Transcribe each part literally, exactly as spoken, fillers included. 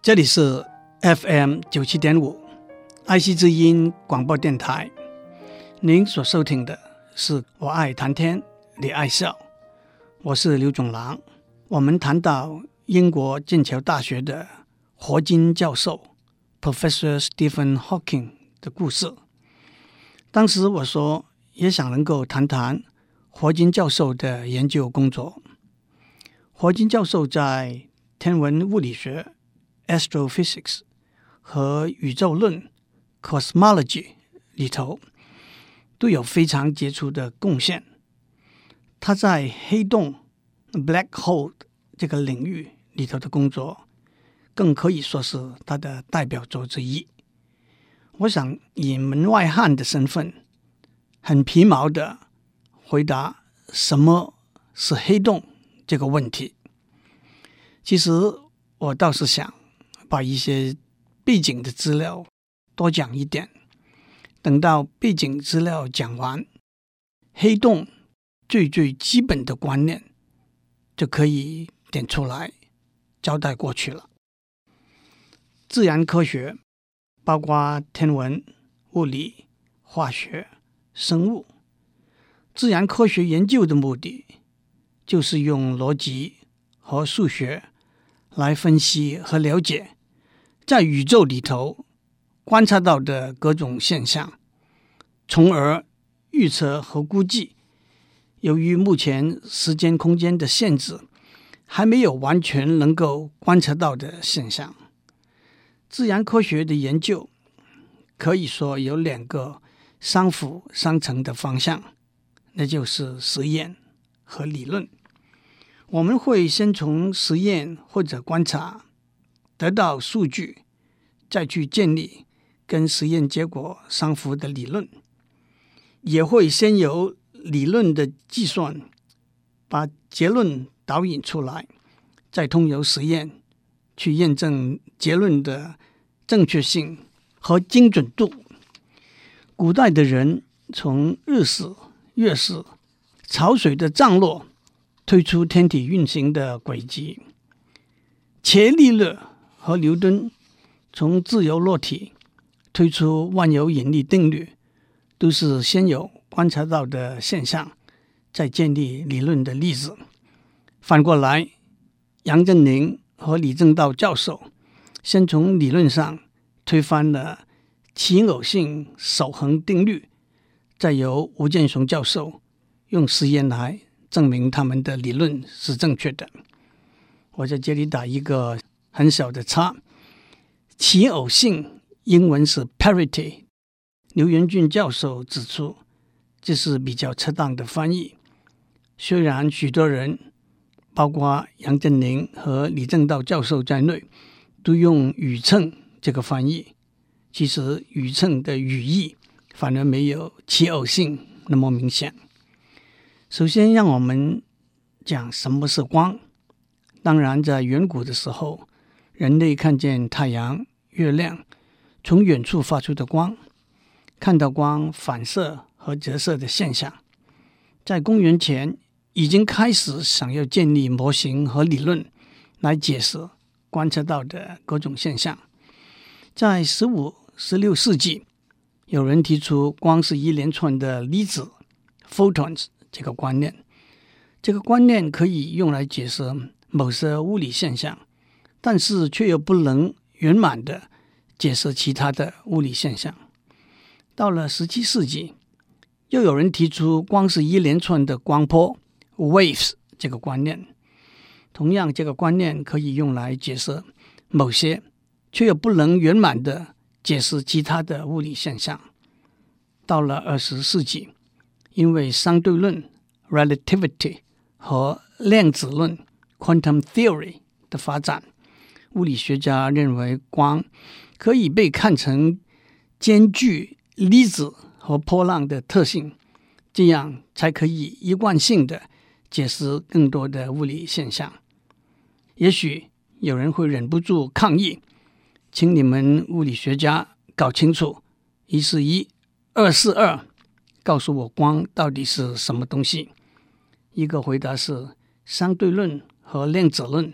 这里是 F M 九七点五爱惜之音广播电台，您所收听的是我爱谈天你爱笑，我是刘总郎。我们谈到英国剑桥大学的霍金教授 Professor Stephen Hawking 的故事。当时我说也想能够谈谈霍金教授的研究工作。霍金教授在天文物理学 Astrophysics 和宇宙论 Cosmology 里头都有非常杰出的贡献。他在黑洞 Black Hole 这个领域里头的工作更可以说是他的代表作之一。我想以门外汉的身份很皮毛的回答什么是黑洞这个问题。其实我倒是想把一些背景的资料多讲一点，等到背景资料讲完，黑洞最最基本的观念就可以点出来交代过去了。自然科学包括天文、物理、化学、生物。自然科学研究的目的就是用逻辑和数学来分析和了解在宇宙里头观察到的各种现象，从而预测和估计由于目前时间空间的限制还没有完全能够观察到的现象。自然科学的研究可以说有两个相辅相成的方向，那就是实验和理论。我们会先从实验或者观察得到数据，再去建立跟实验结果相符的理论，也会先由理论的计算把结论导引出来，再通由实验去验证结论的正确性和精准度。古代的人从日食、月食、潮水的涨落推出天体运行的轨迹，伽利略和牛顿从自由落体推出万有引力定律，都是先有观察到的现象，再建立理论的例子。反过来，杨振宁和李政道教授先从理论上推翻了奇偶性守恒定律，再由吴健雄教授用实验来证明他们的理论是正确的。我在这里打一个很小的叉。奇偶性英文是 parity， 刘元俊教授指出这是比较恰当的翻译。虽然许多人包括杨振宁和李政道教授在内都用宇称这个翻译，其实宇称的语义反而没有奇偶性那么明显。首先让我们讲什么是光。当然在远古的时候，人类看见太阳、月亮从远处发出的光，看到光反射和折射的现象。在公元前已经开始想要建立模型和理论来解释观测到的各种现象。在十五、十六世纪，有人提出光是一连串的粒子 photons 这个观念。这个观念可以用来解释某些物理现象，但是却又不能圆满的解释其他的物理现象。到了十七世纪，又有人提出光是一连串的光波 waves 这个观念。同样，这个观念可以用来解释某些却又不能圆满的解释其他的物理现象。到了二十世纪，因为相对论 relativity 和量子论 quantum theory 的发展，物理学家认为光可以被看成兼具粒子和波浪的特性，这样才可以一贯性的解释更多的物理现象。也许有人会忍不住抗议，请你们物理学家搞清楚一是一，二是二，告诉我光到底是什么东西。一个回答是相对论和量子论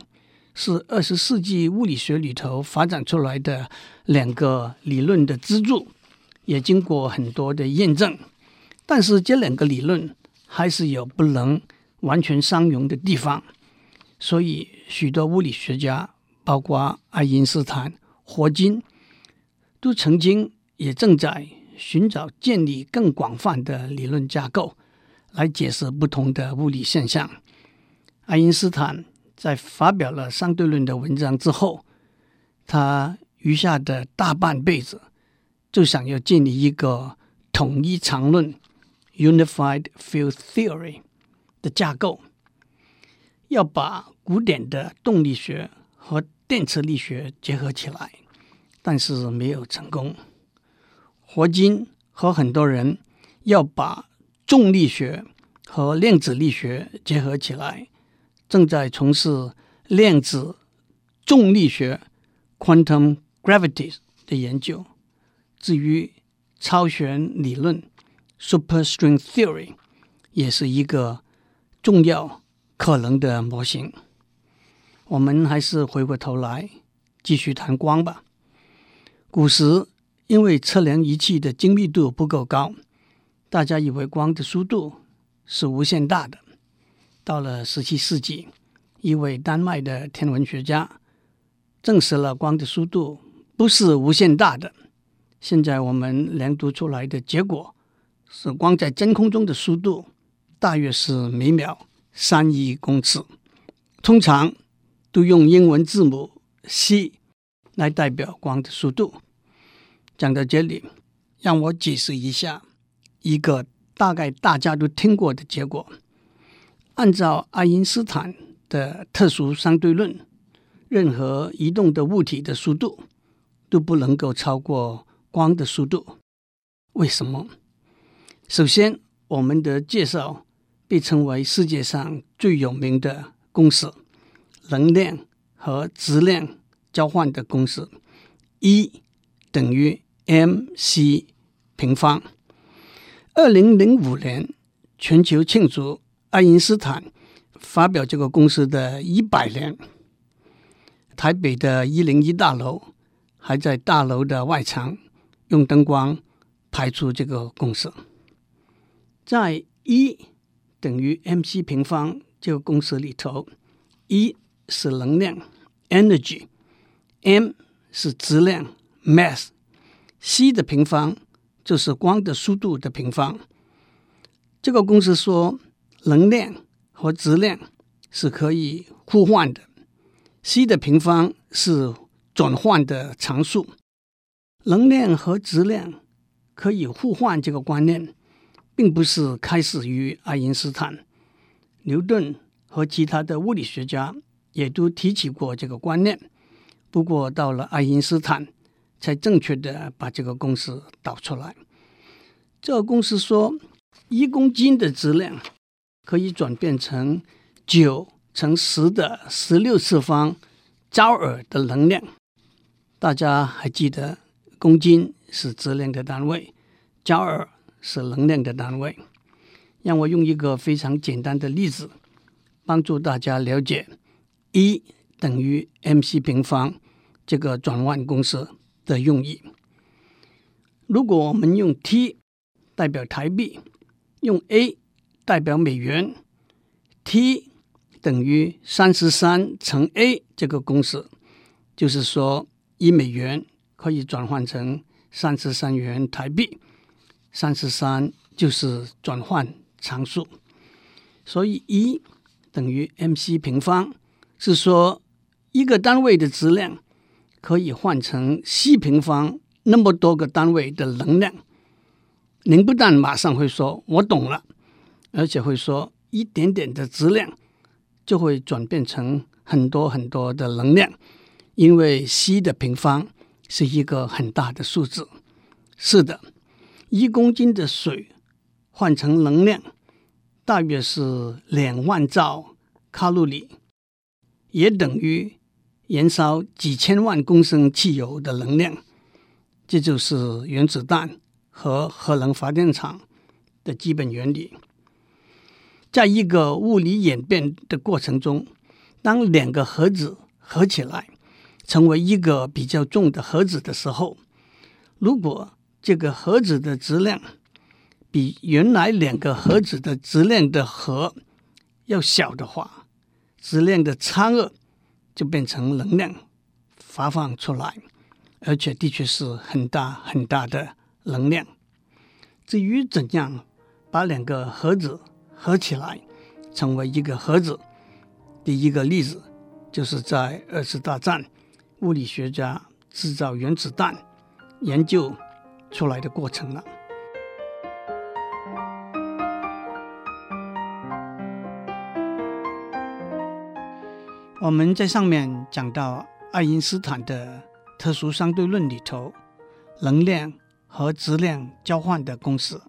是二十世纪物理学里头发展出来的两个理论的支柱，也经过很多的验证。但是这两个理论还是有不能完全相容的地方，所以许多物理学家，包括爱因斯坦、霍金，都曾经也正在寻找建立更广泛的理论架构来解释不同的物理现象。爱因斯坦在发表了相对论的文章之后，他余下的大半辈子就想要建立一个统一场论 Unified Field Theory 的架构，要把古典的动力学和电磁力学结合起来，但是没有成功。霍金和很多人要把重力学和量子力学结合起来，正在从事量子重力学 Quantum Gravity 的研究。至于超弦理论 Superstring Theory 也是一个重要可能的模型。我们还是回过头来继续谈光吧。古时因为测量仪器的精密度不够高，大家以为光的速度是无限大的。到了十七世纪，一位丹麦的天文学家证实了光的速度不是无限大的。现在我们量度出来的结果是光在真空中的速度大约是每秒三亿公尺，通常都用英文字母 c 来代表光的速度。讲到这里，让我解释一下一个大概大家都听过的结果。按照爱因斯坦的特殊相对论，任何移动的物体的速度都不能够超过光的速度。为什么？首先，我们的介绍被称为世界上最有名的公式，能量和质量交换的公式 E 等于 mc 平方。二零零五年，全球庆祝爱因斯坦发表这个公式的一百年。台北的一零一大楼还在大楼的外墙用灯光排出这个公式。在 E 等于 mc 平方这个公式里头， E 是能量 energy， m 是质量 mass， c 的平方就是光的速度的平方。这个公式说能量和质量是可以互换的， c 的平方是转换的常数。能量和质量可以互换这个观念并不是开始于爱因斯坦，牛顿和其他的物理学家也都提起过这个观念，不过到了爱因斯坦才正确的把这个公式导出来。这个公式说一公斤的质量可以转变成九乘十的十六次方焦耳的能量。大家还记得公斤是质量的单位，焦耳是能量的单位。让我用一个非常简单的例子帮助大家了解 E 等于 mc 平方这个转换公式的用意。如果我们用 T 代表台币，用 A 代表美元， T 等于三十三乘 A 这个公式，就是说一美元可以转换成三十三元台币，三十三就是转换常数。所以 E 等于 mc 平方是说一个单位的质量可以换成 c 平方那么多个单位的能量。您不但马上会说我懂了，而且会说一点点的质量就会转变成很多很多的能量，因为 c 的平方是一个很大的数字。是的，一公斤的水换成能量大约是两万兆卡路里，也等于燃烧几千万公升汽油的能量。这就是原子弹和核能发电厂的基本原理。在一个物理演变的过程中，当两个核子合起来成为一个比较重的核子的时候，如果这个核子的质量比原来两个核子的质量的和要小的话，质量的差额就变成能量发放出来，而且的确是很大很大的能量。至于怎样把两个核子合起来成为一个核子，第一个例子就是在二次大战物理学家制造原子弹研究出来的过程了。我们在上面讲到爱因斯坦的特殊相对论里头，能量和质量交换的公式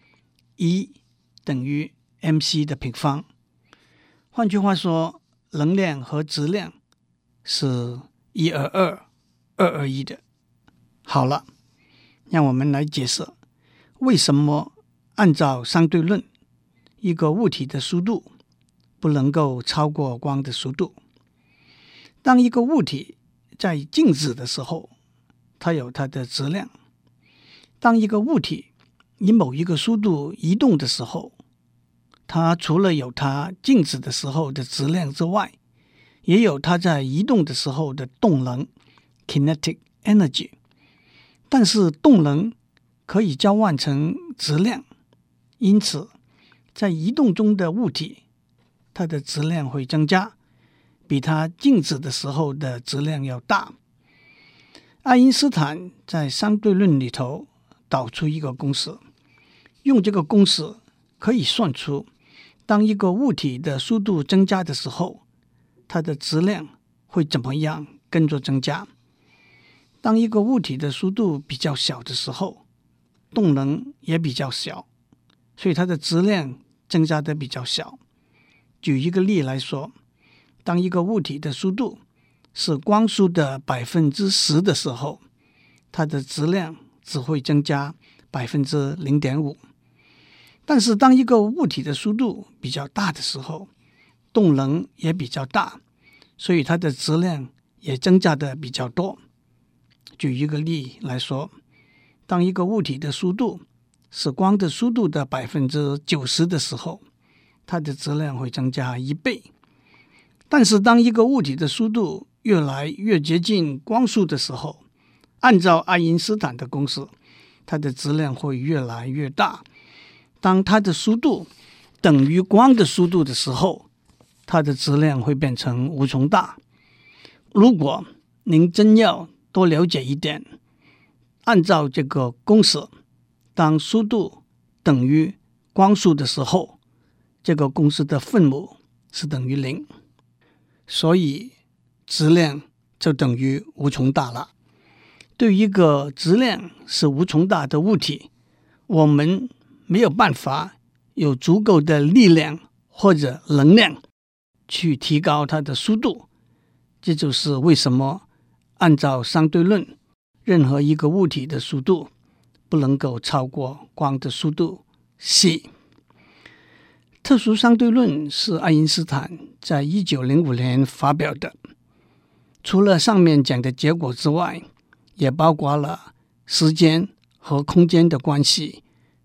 E 等于 mc 的平方。换句话说，能量和质量是一二二二二一的。好了，让我们来解释为什么按照相对论，一个物体的速度不能够超过光的速度。当一个物体在静止的时候，它有它的质量；当一个物体以某一个速度移动的时候，它除了有它静止的时候的质量之外，也有它在移动的时候的动能 kinetic energy。 但是动能可以交换成质量，因此在移动中的物体，它的质量会增加，比它静止的时候的质量要大。爱因斯坦在相对论里头导出一个公式，用这个公式可以算出，当一个物体的速度增加的时候，它的质量会怎么样跟着增加。当一个物体的速度比较小的时候，动能也比较小，所以它的质量增加的比较小。举一个例来说，当一个物体的速度是光速的百分之十的时候，它的质量只会增加百分之零点五。但是当一个物体的速度比较大的时候，动能也比较大，所以它的质量也增加的比较多。举一个例来说，当一个物体的速度是光的速度的百分之九十的时候，它的质量会增加一倍。但是当一个物体的速度越来越接近光速的时候，按照爱因斯坦的公式，它的质量会越来越大。当它的速度等于光的速度的时候，它的质量会变成无穷大。如果您真要多了解一点，按照这个公式，当速度等于光速的时候，这个公式的分母是等于零，所以质量就等于无穷大了。对于一个质量是无穷大的物体，我们没有办法有足够的力量或者能量去提高它的速度。这就是为什么按照相对论，任何一个物体的速度不能够超过光的速度 c。 特殊相对论是爱因斯坦在一九零五年发表的，除了上面讲的结果之外，也包括了时间和空间的关系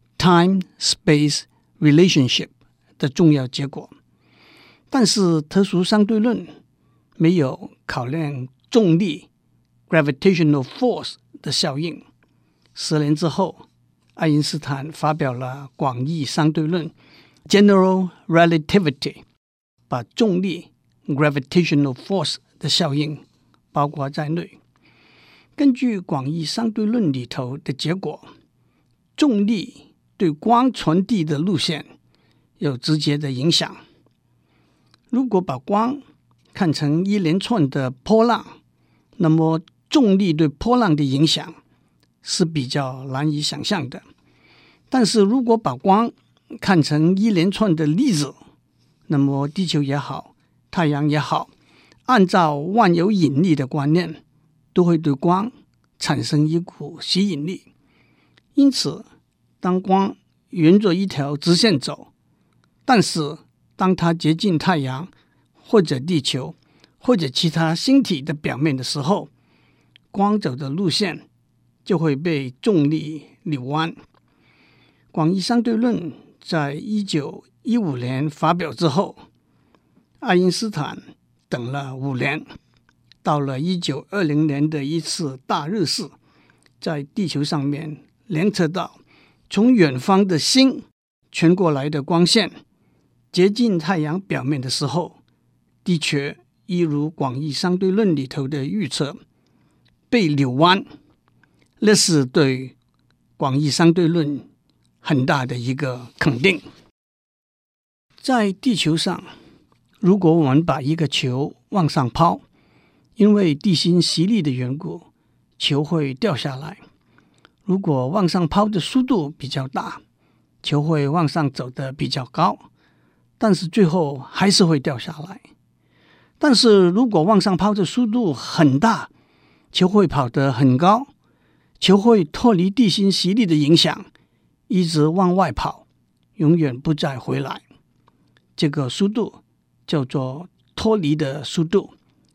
time-space relationship 的重要结果。但是特殊相对论没有考量重力 gravitational force 的效应。十年之后，爱因斯坦发表了广义相对论 general relativity， 把重力 gravitational force 的效应包括在内。根据广义相对论里头的结果，重力对光传递的路线有直接的影响。如果把光看成一连串的波浪，那么重力对波浪的影响是比较难以想象的。但是如果把光看成一连串的粒子，那么地球也好，太阳也好，按照万有引力的观念，都会对光产生一股吸引力。因此当光沿着一条直线走，但是当它接近太阳或者地球或者其他星体的表面的时候，光走的路线就会被重力扭弯。广义相对论在一九一五年发表之后，爱因斯坦等了五年，到了一九二零年的一次大日食，在地球上面量测到从远方的星传过来的光线接近太阳表面的时候，的确一如广义相对论里头的预测，被扭弯。那是对广义相对论很大的一个肯定。在地球上，如果我们把一个球往上抛，因为地心吸力的缘故，球会掉下来。如果往上抛的速度比较大，球会往上走得比较高，但是最后还是会掉下来。但是如果往上抛的速度很大，球会跑得很高，球会脱离地心吸力的影响，一直往外跑，永远不再回来。这个速度叫做脱离的速度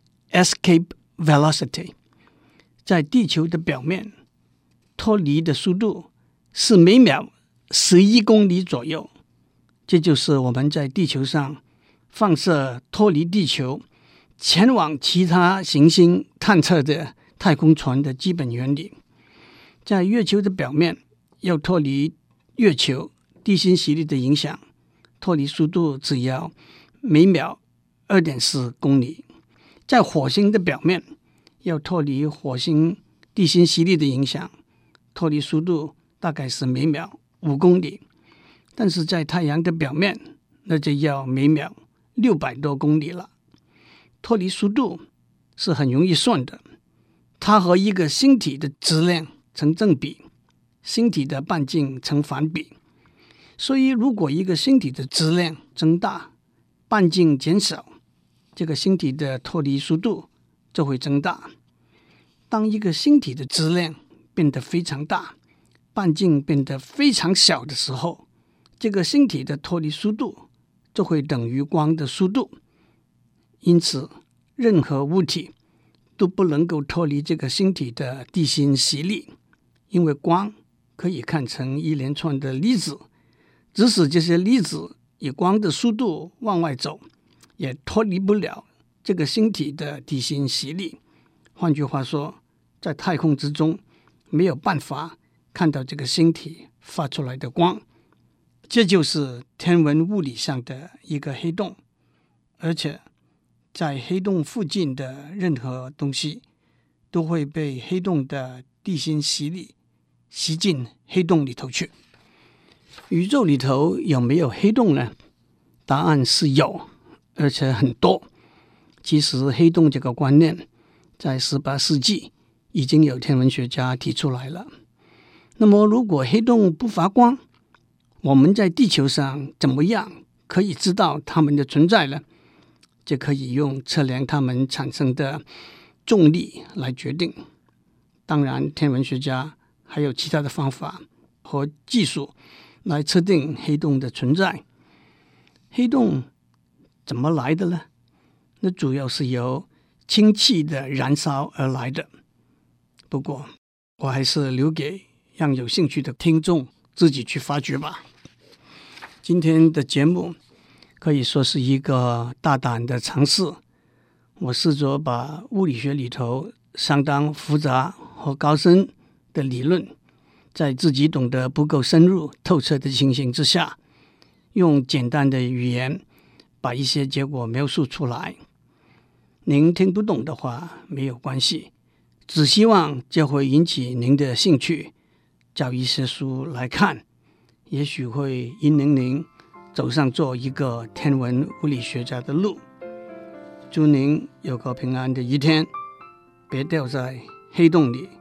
escape velocity。 在地球的表面，脱离的速度是每秒十一公里左右，这就是我们在地球上放射脱离地球前往其他行星探测的太空船的基本原理。在月球的表面，要脱离月球地心吸力的影响，脱离速度只要每秒 二点四公里。在火星的表面，要脱离火星地心吸力的影响，脱离速度大概是每秒五公里。但是在太阳的表面，那就要每秒六百多公里了。脱离速度是很容易算的，它和一个星体的质量成正比，星体的半径成反比。所以如果一个星体的质量增大，半径减少，这个星体的脱离速度就会增大。当一个星体的质量变得非常大，半径变得非常小的时候，这个星体的脱离速度就会等于光的速度。因此任何物体都不能够脱离这个星体的地心吸力，因为光可以看成一连串的粒子，即使这些粒子以光的速度往外走，也脱离不了这个星体的地心吸力。换句话说，在太空之中没有办法看到这个星体发出来的光。这就是天文物理上的一个黑洞，而且在黑洞附近的任何东西都会被黑洞的地心吸力吸进黑洞里头去。宇宙里头有没有黑洞呢？答案是有，而且很多。其实黑洞这个观念在十八世纪已经有天文学家提出来了。那么如果黑洞不发光，我们在地球上怎么样可以知道它们的存在呢？就可以用测量它们产生的重力来决定。当然天文学家还有其他的方法和技术来测定黑洞的存在。黑洞怎么来的呢？那主要是由氢气的燃烧而来的。不过我还是留给让有兴趣的听众自己去发掘吧。今天的节目可以说是一个大胆的尝试，我试着把物理学里头相当复杂和高深的理论，在自己懂得不够深入透彻的情形之下，用简单的语言把一些结果描述出来。您听不懂的话没有关系，只希望这会引起您的兴趣，找一些书来看，也许会引领您走上做一个天文物理学家的路。祝您有个平安的一天，别掉在黑洞里。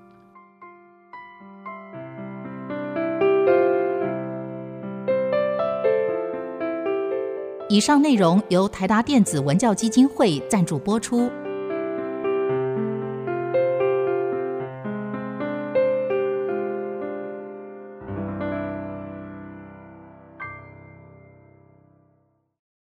以上内容由台达电子文教基金会赞助播出。